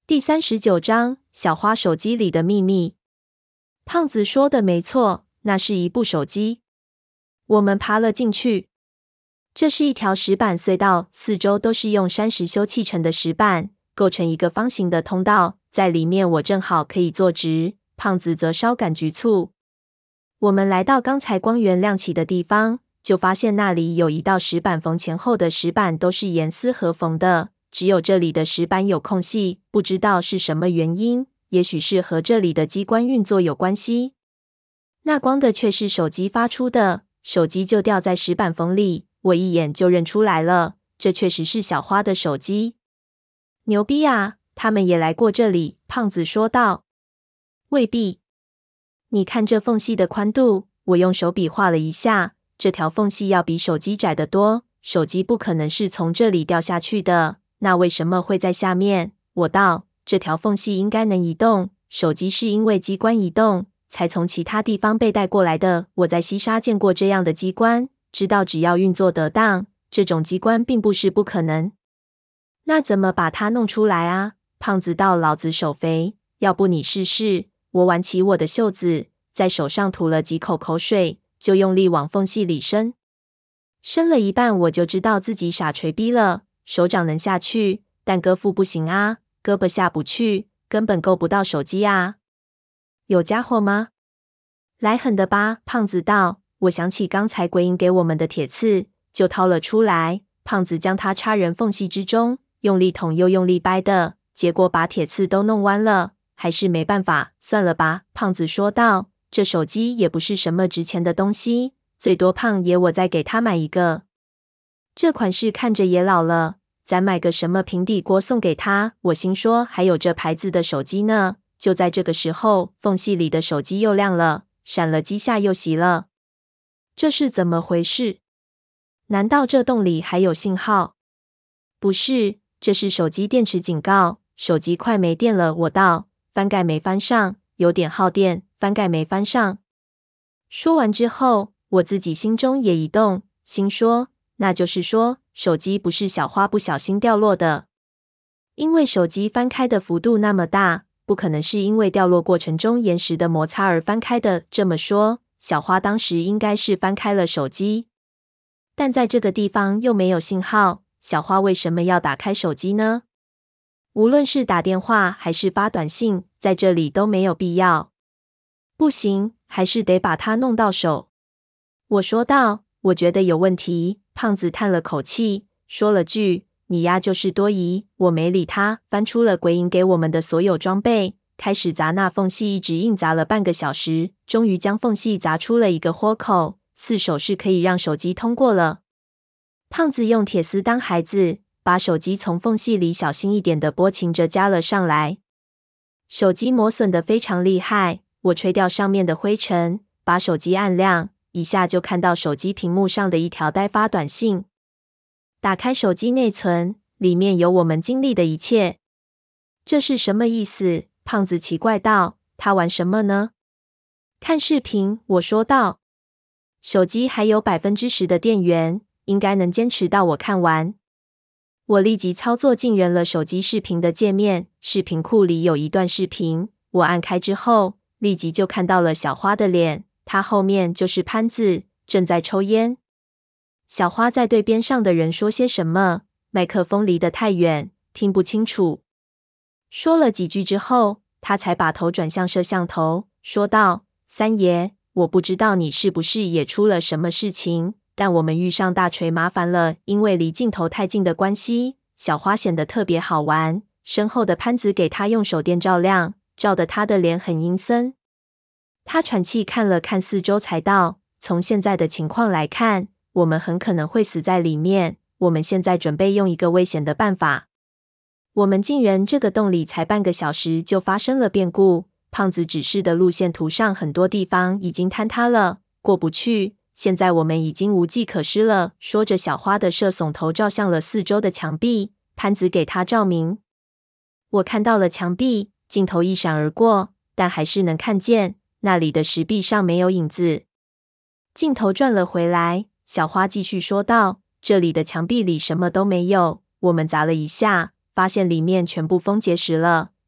第39章小花手机里的秘密。胖子说的没错，那是一部手机。我们爬了进去。这是一条石板隧道，四周都是用山石修砌成的石板，构成一个方形的通道，在里面我正好可以坐直，胖子则稍感局促。我们来到刚才光源亮起的地方，就发现那里有一道石板缝，前后的石板都是严丝合缝的，只有这里的石板有空隙，不知道是什么原因，也许是和这里的机关运作有关系。那光的却是手机发出的，手机就掉在石板缝里，我一眼就认出来了，这确实是小花的手机。牛逼啊，他们也来过这里，胖子说道。未必。你看这缝隙的宽度，我用手比划了一下，这条缝隙要比手机窄得多，手机不可能是从这里掉下去的，那为什么会在下面？我道，这条缝隙应该能移动，手机是因为机关移动，才从其他地方被带过来的。我在西沙见过这样的机关，知道只要运作得当，这种机关并不是不可能。那怎么把它弄出来啊？胖子道，老子手肥，要不你试试。我挽起我的袖子，在手上吐了几口口水，就用力往缝隙里伸。伸了一半，我就知道自己傻锤逼了，手掌能下去，但胳腹不行啊，胳膊下不去，根本够不到手机啊。有家伙吗？来狠的吧，胖子道。我想起刚才鬼影给我们的铁刺，就掏了出来。胖子将它插人缝隙之中，用力捅又用力掰的，结果把铁刺都弄弯了。还是没办法，算了吧，胖子说道。这手机也不是什么值钱的东西，最多胖爷我再给他买一个。这款式看着也老了，咱买个什么平底锅送给他。我心说还有这牌子的手机呢。就在这个时候，缝隙里的手机又亮了，闪了几下又熄了。这是怎么回事？难道这洞里还有信号？不是，这是手机电池警告，手机快没电了。我道。翻盖没翻上，有点耗电，翻盖没翻上。说完之后，我自己心中也一动，心说，那就是说，手机不是小花不小心掉落的。因为手机翻开的幅度那么大，不可能是因为掉落过程中岩石的摩擦而翻开的。这么说，小花当时应该是翻开了手机。但在这个地方又没有信号，小花为什么要打开手机呢？无论是打电话还是发短信，在这里都没有必要。不行，还是得把它弄到手。我说道，我觉得有问题。胖子叹了口气，说了句，你丫就是多疑。我没理他，翻出了鬼影给我们的所有装备，开始砸那缝隙，一直硬砸了半个小时，终于将缝隙砸出了一个豁口，4手是可以让手机通过了。胖子用铁丝当孩子，把手机从缝隙里小心一点的拨擎着夹了上来。手机磨损得非常厉害，我吹掉上面的灰尘，把手机按亮，一下就看到手机屏幕上的一条待发短信。打开手机内存，里面有我们经历的一切。这是什么意思？胖子奇怪道，他玩什么呢？看视频，我说道。手机还有 10% 的电源，应该能坚持到我看完。我立即操作进入了手机视频的界面，视频库里有一段视频，我按开之后，立即就看到了小花的脸，她后面就是潘子，正在抽烟。小花在对边上的人说些什么，麦克风离得太远，听不清楚。说了几句之后，他才把头转向摄像头，说道：三爷，我不知道你是不是也出了什么事情，但我们遇上大锤麻烦了，因为离镜头太近的关系，小花显得特别好玩。身后的潘子给他用手电照亮，照得他的脸很阴森。他喘气看了看四周，才道：从现在的情况来看，我们很可能会死在里面。我们现在准备用一个危险的办法。我们进人这个洞里才半个小时，就发生了变故。胖子指示的路线图上很多地方已经坍塌了，过不去。现在我们已经无计可施了。说着，小花的射耸头照向了四周的墙壁，潘子给他照明。我看到了墙壁，镜头一闪而过，但还是能看见那里的石壁上没有影子。镜头转了回来，小花继续说道：这里的墙壁里什么都没有，我们砸了一下，发现里面全部封结实了，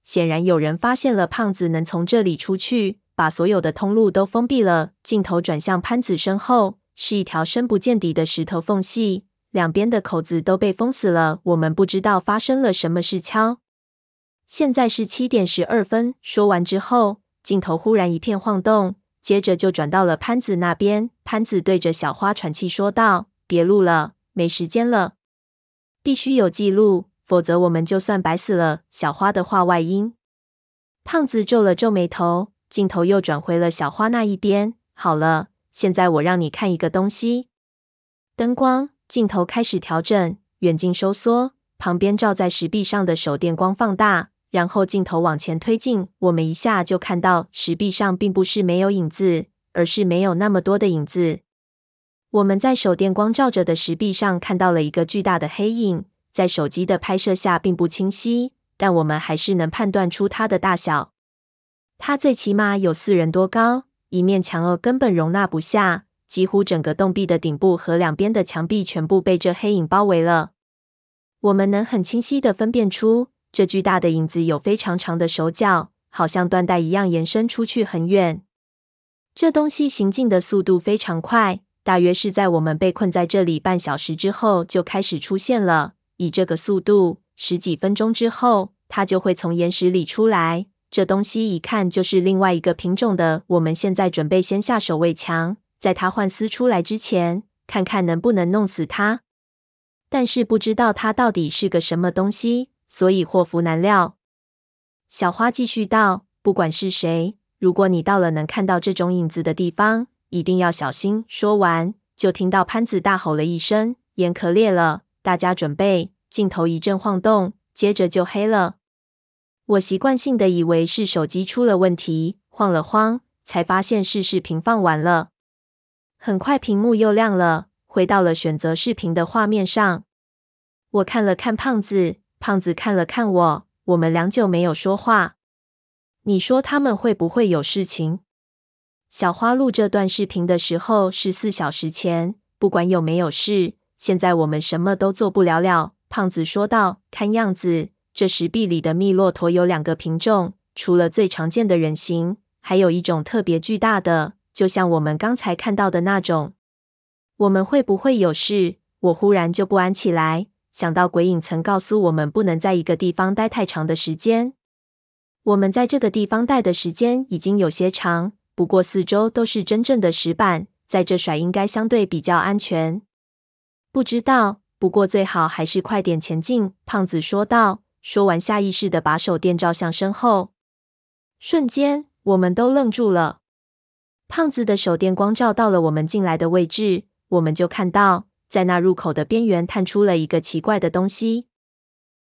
显然有人发现了胖子能从这里出去，把所有的通路都封闭了。镜头转向潘子身后，是一条深不见底的石头缝隙，两边的口子都被封死了。我们不知道发生了什么事。现在是7点12分。说完之后，镜头忽然一片晃动，接着就转到了潘子那边。潘子对着小花喘气说道：“别录了，没时间了，必须有记录，否则我们就算白死了。”小花的话外音。胖子皱了皱眉头，镜头又转回了小花那一边。好了，现在我让你看一个东西。灯光，镜头开始调整，远近收缩，旁边照在石壁上的手电光放大。然后镜头往前推进，我们一下就看到石壁上并不是没有影子，而是没有那么多的影子。我们在手电光照着的石壁上看到了一个巨大的黑影，在手机的拍摄下并不清晰，但我们还是能判断出它的大小。它最起码有4人多高，一面墙额根本容纳不下，几乎整个洞壁的顶部和两边的墙壁全部被这黑影包围了。我们能很清晰地分辨出这巨大的影子有非常长的手脚，好像缎带一样延伸出去很远。这东西行进的速度非常快，大约是在我们被困在这里半小时之后就开始出现了。以这个速度，10几分钟之后，它就会从岩石里出来。这东西一看就是另外一个品种的。我们现在准备先下手为强，在它幻丝出来之前，看看能不能弄死它。但是不知道它到底是个什么东西，所以祸福难料。小花继续道：“不管是谁，如果你到了能看到这种影子的地方，一定要小心。”说完，就听到潘子大吼了一声：“眼可裂了！大家准备！”镜头一阵晃动，接着就黑了。我习惯性的以为是手机出了问题，晃了晃，才发现是视频放完了。很快屏幕又亮了，回到了选择视频的画面上。我看了看胖子，胖子看了看我，我们良久没有说话。你说他们会不会有事情？小花录这段视频的时候是4小时前，不管有没有事，现在我们什么都做不了了。胖子说道：“看样子，这石壁里的密骆驼有2个品种，除了最常见的人形，还有一种特别巨大的，就像我们刚才看到的那种。我们会不会有事？”我忽然就不安起来，想到鬼影曾告诉我们不能在一个地方待太长的时间。我们在这个地方待的时间已经有些长，不过4周都是真正的石板，在这甩应该相对比较安全。不知道，不过最好还是快点前进。胖子说道，说完下意识地把手电照向身后。瞬间，我们都愣住了。胖子的手电光照到了我们进来的位置，我们就看到，在那入口的边缘探出了一个奇怪的东西。